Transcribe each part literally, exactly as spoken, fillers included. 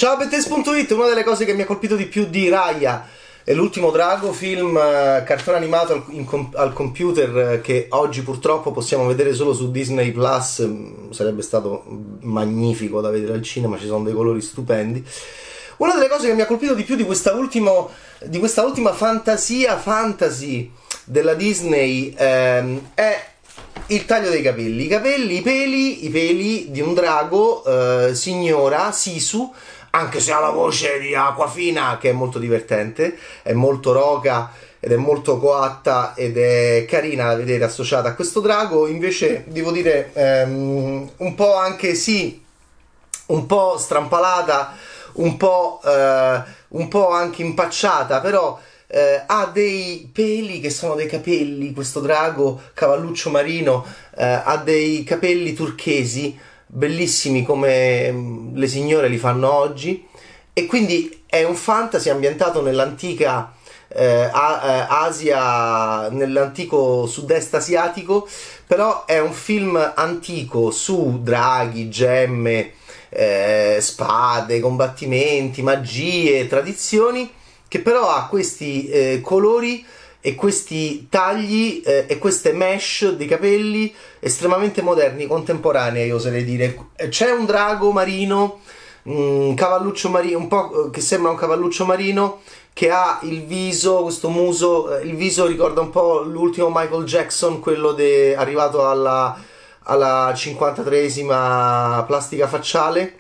Ciao Bettes punto it, una delle cose che mi ha colpito di più di Raya è l'ultimo Drago, film eh, cartone animato al, in com- al computer eh, che oggi purtroppo possiamo vedere solo su Disney Plus. Mm, sarebbe stato magnifico da vedere al cinema, ci sono dei colori stupendi. Una delle cose che mi ha colpito di più di questa, ultimo, di questa ultima fantasia fantasy della Disney ehm, è il taglio dei capelli. I capelli, i peli, i peli di un drago, eh, signora Sisu, anche se ha la voce di Aquafina, che è molto divertente, è molto roca ed è molto coatta ed è carina da vedere associata a questo drago. Invece devo dire ehm, un po' anche sì, un po' strampalata, un po', eh, un po' anche impacciata, però eh, ha dei peli che sono dei capelli. Questo drago cavalluccio marino eh, ha dei capelli turchesi bellissimi come mh, le signore li fanno oggi, e quindi è un fantasy ambientato nell'antica eh, a, eh, Asia, nell'antico sud-est asiatico, però è un film antico su draghi, gemme, eh, spade, combattimenti, magie, tradizioni, che però ha questi eh, colori e questi tagli eh, e queste mesh di capelli estremamente moderni, contemporanei, oserei dire. C'è un drago marino, un cavalluccio marino, un po' che sembra un cavalluccio marino, che ha il viso, questo muso, il viso ricorda un po' l'ultimo Michael Jackson, quello de, arrivato alla, alla cinquantatreesima plastica facciale,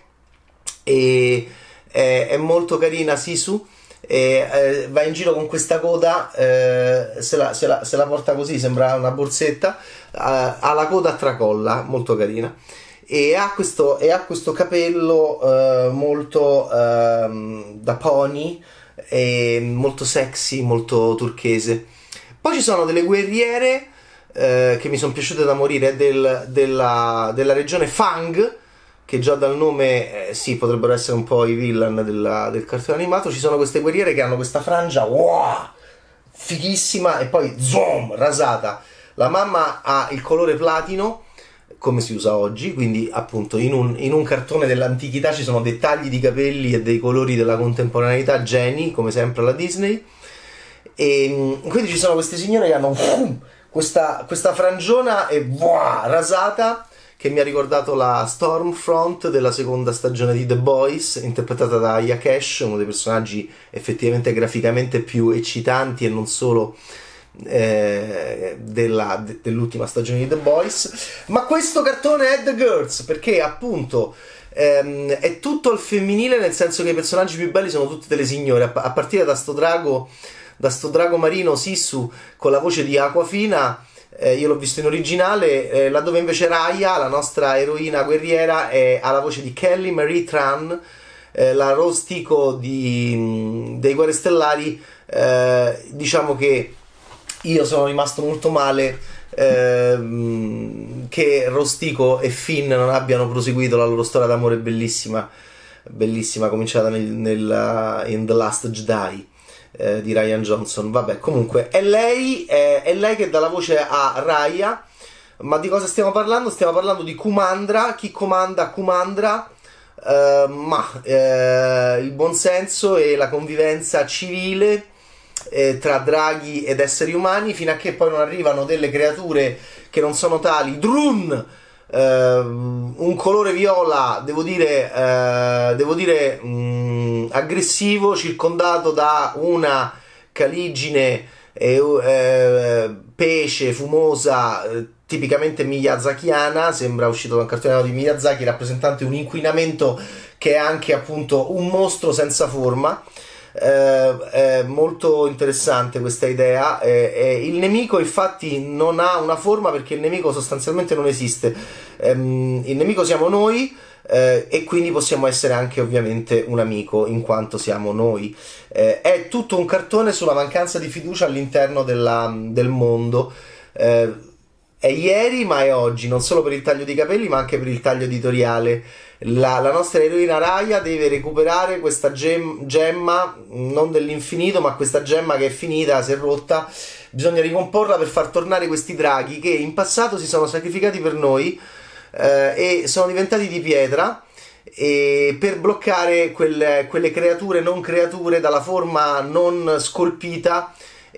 e è, è molto carina Sisu. E eh, va in giro con questa coda, eh, se, la, se, la, se la porta così, sembra una borsetta, eh, ha la coda a tracolla, molto carina, e ha questo, e ha questo capello eh, molto eh, da pony, e molto sexy, molto turchese. Poi ci sono delle guerriere eh, che mi sono piaciute da morire, del, della, della regione Fang, che già dal nome eh, sì, potrebbero essere un po' i villain della, del cartone animato. Ci sono queste guerriere che hanno questa frangia wow, fighissima, e poi zoom, rasata. La mamma ha il colore platino, come si usa oggi, quindi appunto in un, in un cartone dell'antichità ci sono dei tagli di capelli e dei colori della contemporaneità, geni, come sempre alla Disney. E quindi ci sono queste signore che hanno uh, questa, questa frangiona e wow, rasata, che mi ha ricordato la Stormfront della seconda stagione di The Boys, interpretata da Yakesh, uno dei personaggi effettivamente graficamente più eccitanti e non solo eh, della, de, dell'ultima stagione di The Boys. Ma questo cartone è The Girls, perché appunto ehm, è tutto al femminile, nel senso che i personaggi più belli sono tutte delle signore, a, a partire da sto drago, da sto drago marino Sisu con la voce di Aquafina. Eh, io l'ho visto in originale, eh, laddove invece Raya, la nostra eroina guerriera, è, ha la voce di Kelly Marie Tran, eh, la Rose Tico di, dei Guerre Stellari. Eh, diciamo che io sono rimasto molto male eh, che Rose Tico e Finn non abbiano proseguito la loro storia d'amore bellissima, bellissima, cominciata nel, nel, in The Last Jedi di Rian Johnson. Vabbè, comunque è lei, è, è lei che dà la voce a Raya. Ma di cosa stiamo parlando? Stiamo parlando di Kumandra. Chi comanda Kumandra? Uh, ma uh, il buonsenso e la convivenza civile eh, tra draghi ed esseri umani, fino a che poi non arrivano delle creature che non sono tali. Drun, uh, un colore viola, devo dire, uh, devo dire um, aggressivo, circondato da una caligine eh, eh, pesce fumosa, eh, tipicamente miyazakiana, sembra uscito da un cartone di Miyazaki, rappresentante un inquinamento che è anche appunto un mostro senza forma. Eh, è molto interessante questa idea. Eh, eh, il nemico infatti non ha una forma, perché il nemico sostanzialmente non esiste. Eh, il nemico siamo noi, eh, e quindi possiamo essere anche ovviamente un amico in quanto siamo noi. Eh, è tutto un cartone sulla mancanza di fiducia all'interno della, del mondo. Eh, è ieri ma è oggi, non solo per il taglio di capelli ma anche per il taglio editoriale. La, la nostra eroina Raya deve recuperare questa gem, gemma, non dell'infinito, ma questa gemma che è finita, si è rotta. Bisogna ricomporla per far tornare questi draghi che in passato si sono sacrificati per noi, eh, e sono diventati di pietra, e per bloccare quelle, quelle creature non creature dalla forma non scolpita,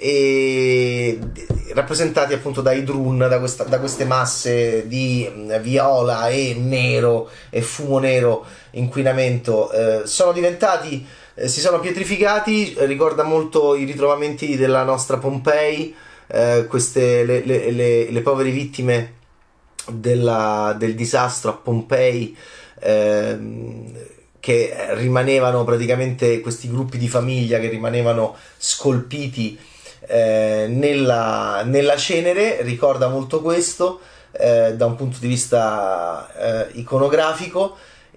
e rappresentati appunto dai drun, da, questa, da queste masse di viola e nero e fumo nero, inquinamento. Eh, sono diventati, eh, si sono pietrificati. Ricorda molto i ritrovamenti della nostra Pompei, eh, queste le, le, le, le povere vittime della, del disastro a Pompei, ehm, che rimanevano praticamente questi gruppi di famiglia che rimanevano scolpiti eh, nella, nella cenere. Ricorda molto questo eh, da un punto di vista eh, iconografico.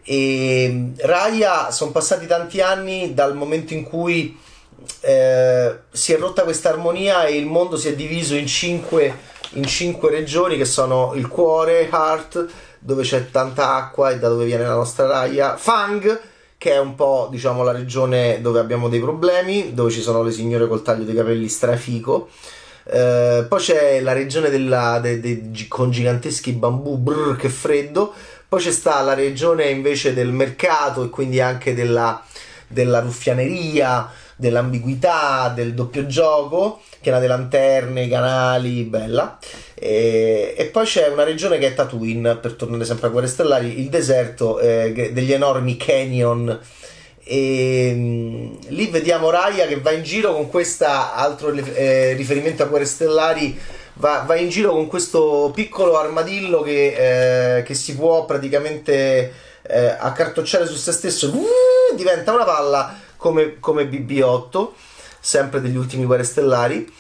E Raya, sono passati tanti anni dal momento in cui eh, si è rotta questa armonia e il mondo si è diviso in cinque, in cinque regioni, che sono il cuore, Heart, dove c'è tanta acqua e da dove viene la nostra Raya, Fang, che è un po', diciamo, la regione dove abbiamo dei problemi, dove ci sono le signore col taglio dei capelli strafico. Eh, poi c'è la regione della, de, de, con giganteschi bambù, brr, che freddo. Poi c'è sta la regione invece del mercato, e quindi anche della, della ruffianeria, dell'ambiguità, del doppio gioco, piena di lanterne, i canali, bella. E, e poi c'è una regione che è Tatooine, per tornare sempre a Guerre Stellari, il deserto eh, degli enormi canyon. E mh, lì vediamo Raya che va in giro con questa, altro eh, riferimento a Guerre Stellari, va, va in giro con questo piccolo armadillo che, eh, che si può praticamente eh, accartocciare su se stesso, uh, diventa una palla come, come B B otto, sempre degli ultimi Guerre Stellari,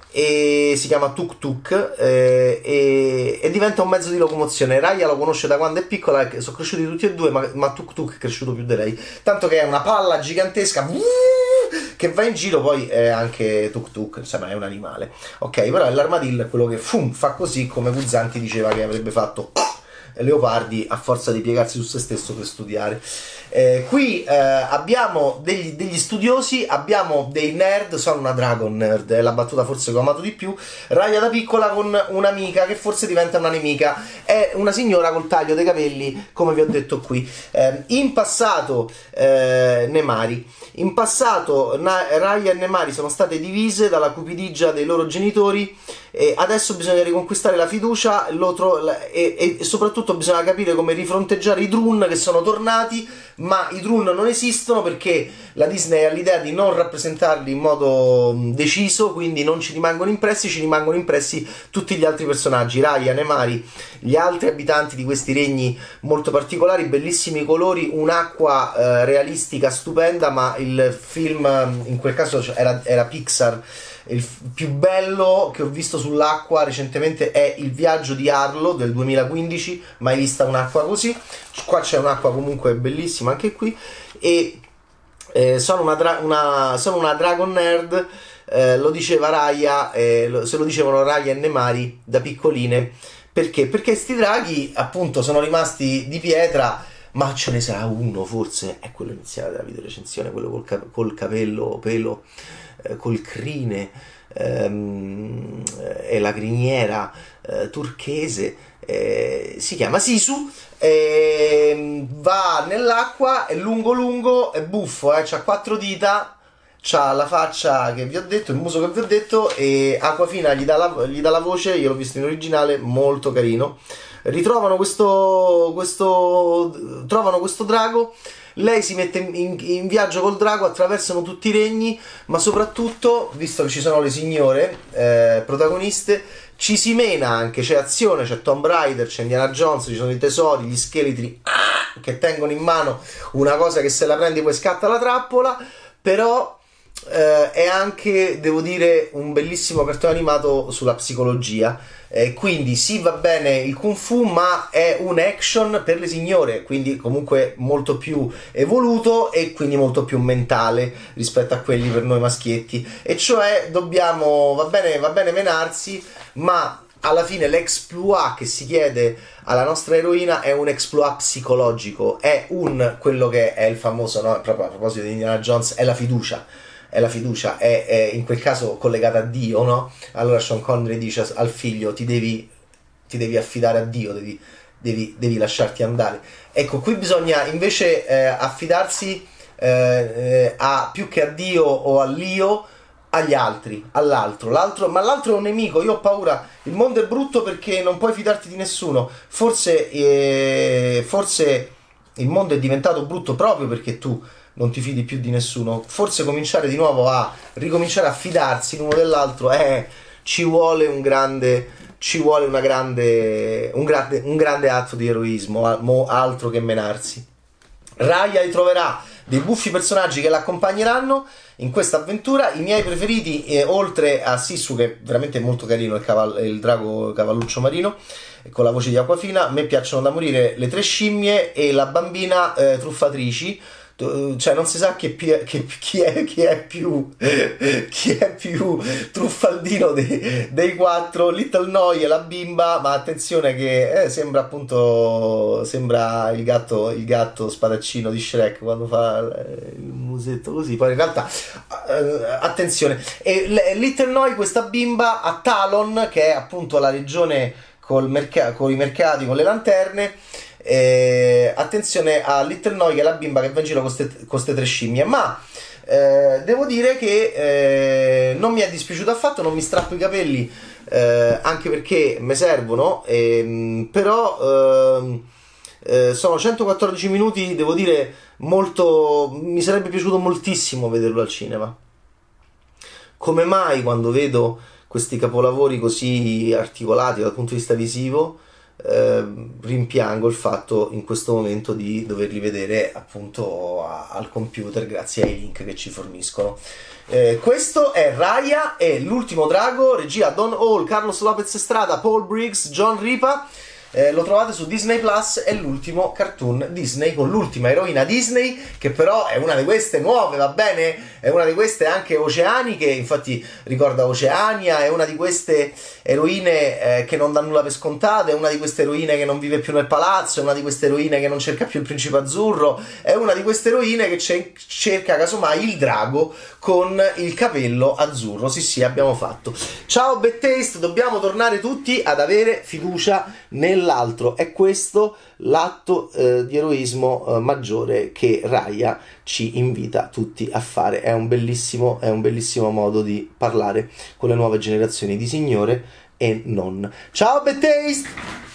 e si chiama Tuk Tuk, eh, e, e diventa un mezzo di locomozione. Raya lo conosce da quando è piccola, sono cresciuti tutti e due, ma, ma Tuk Tuk è cresciuto più di lei, tanto che è una palla gigantesca che va in giro. Poi è anche Tuk Tuk, insomma è un animale, ok, però l'armadillo è quello che fum, fa così, come Guzzanti diceva che avrebbe fatto Leopardi a forza di piegarsi su se stesso per studiare. Eh, qui eh, abbiamo degli, degli studiosi, abbiamo dei nerd. Sono una dragon nerd, è la battuta forse che ho amato di più. Raya da piccola con un'amica che forse diventa una nemica, è una signora col taglio dei capelli, come vi ho detto qui. Eh, in passato eh, Nemari in passato Na- Raya e Nemari sono state divise dalla cupidigia dei loro genitori, e adesso bisogna riconquistare la fiducia, lo tro- e, e soprattutto bisogna capire come rifronteggiare i Drun, che sono tornati, ma i Drun non esistono perché la Disney ha l'idea di non rappresentarli in modo deciso, quindi non ci rimangono impressi, ci rimangono impressi tutti gli altri personaggi, Raya, Nemari, gli altri abitanti di questi regni molto particolari, bellissimi colori, un'acqua eh, realistica stupenda. Ma il film in quel caso era, era Pixar. Il più bello che ho visto sull'acqua recentemente è Il viaggio di Arlo del duemilaquindici, mai vista un'acqua così. Qua c'è un'acqua comunque bellissima anche qui. E eh, sono, una dra- una, sono una dragon nerd, eh, lo diceva Raya, eh, lo, se lo dicevano Raya e Nemari da piccoline. Perché? Perché sti draghi appunto sono rimasti di pietra, ma ce ne sarà uno forse, è quello iniziale della videorecensione, quello col, cap- col capello, pelo, eh, col crine ehm, e la criniera eh, turchese, eh, si chiama Sisu, eh, va nell'acqua, è lungo lungo, è buffo, eh, c'ha quattro dita, c'ha la faccia che vi ho detto, il muso che vi ho detto, e Aquafina gli dà la, gli dà la voce. Io l'ho visto in originale, molto carino. Ritrovano questo, questo trovano questo drago, lei si mette in, in viaggio col drago, attraversano tutti i regni, ma soprattutto, visto che ci sono le signore eh, protagoniste, ci si mena anche, c'è azione, c'è Tomb Raider, c'è Indiana Jones, ci sono i tesori, gli scheletri ah, che tengono in mano una cosa che se la prendi poi scatta la trappola. Però eh, è anche, devo dire, un bellissimo cartone animato sulla psicologia. Eh, quindi sì, va bene il kung fu, ma è un action per le signore, quindi comunque molto più evoluto e quindi molto più mentale rispetto a quelli per noi maschietti. E cioè dobbiamo, va bene, va bene menarsi, ma alla fine l'exploit che si chiede alla nostra eroina è un exploit psicologico, è un, quello che è il famoso, no? Proprio a proposito di Indiana Jones, è la fiducia. È la fiducia, è, è in quel caso collegata a Dio, no? Allora Sean Connery dice al figlio: ti devi, ti devi affidare a Dio, devi, devi, devi lasciarti andare. Ecco, qui bisogna invece eh, affidarsi eh, eh, a, più che a Dio o all'io, agli altri, all'altro. L'altro, ma l'altro è un nemico. Io ho paura. Il mondo è brutto perché non puoi fidarti di nessuno. Forse, eh, forse il mondo è diventato brutto proprio perché tu non ti fidi più di nessuno. Forse cominciare di nuovo a ricominciare a fidarsi l'uno dell'altro, eh, ci vuole un grande, ci vuole una grande, un grande, un grande atto di eroismo, mo altro che menarsi. Raya ritroverà dei buffi personaggi che l'accompagneranno in questa avventura. I miei preferiti, eh, oltre a Sisu, che è veramente molto carino, il, caval- il drago cavalluccio marino con la voce di Acquafina, a me piacciono da morire le tre scimmie e la bambina eh, truffatrici. Cioè non si sa che pi- che, chi, è, chi è più chi è più truffaldino dei, dei quattro. Little Noi e la bimba, ma attenzione che eh, sembra appunto sembra il gatto il gatto spadaccino di Shrek quando fa il musetto così, poi in realtà eh, attenzione. E Little Noi, questa bimba, a Talon, che è appunto la regione col merc- con i mercati, con le lanterne. Eh, attenzione a Little Noi, che è la bimba che va in giro con queste tre scimmie. Ma eh, devo dire che eh, non mi è dispiaciuto affatto, non mi strappo i capelli, eh, anche perché mi servono, eh, però eh, eh, sono centoquattordici minuti, devo dire, molto, mi sarebbe piaciuto moltissimo vederlo al cinema. Come mai quando vedo questi capolavori così articolati dal punto di vista visivo, Eh, rimpiango il fatto in questo momento di doverli vedere appunto a, al computer grazie ai link che ci forniscono. Eh, questo è Raya e l'ultimo drago, regia Don Hall, Carlos Lopez Estrada, Paul Briggs, John Ripa. Eh, lo trovate su Disney Plus, è l'ultimo cartoon Disney con l'ultima eroina Disney, che però è una di queste nuove, va bene? È una di queste anche oceaniche, infatti ricorda Oceania, è una di queste eroine eh, che non dà nulla per scontato, è una di queste eroine che non vive più nel palazzo, è una di queste eroine che non cerca più il principe azzurro, è una di queste eroine che ce- cerca casomai il drago con il capello azzurro. Sì sì, abbiamo fatto. Ciao Bad Taste, dobbiamo tornare tutti ad avere fiducia nell'altro. È questo l'atto eh, di eroismo eh, maggiore che Raya ci invita tutti a fare. È un bellissimo, è un bellissimo modo di parlare con le nuove generazioni di signore e non. Ciao Bad Taste!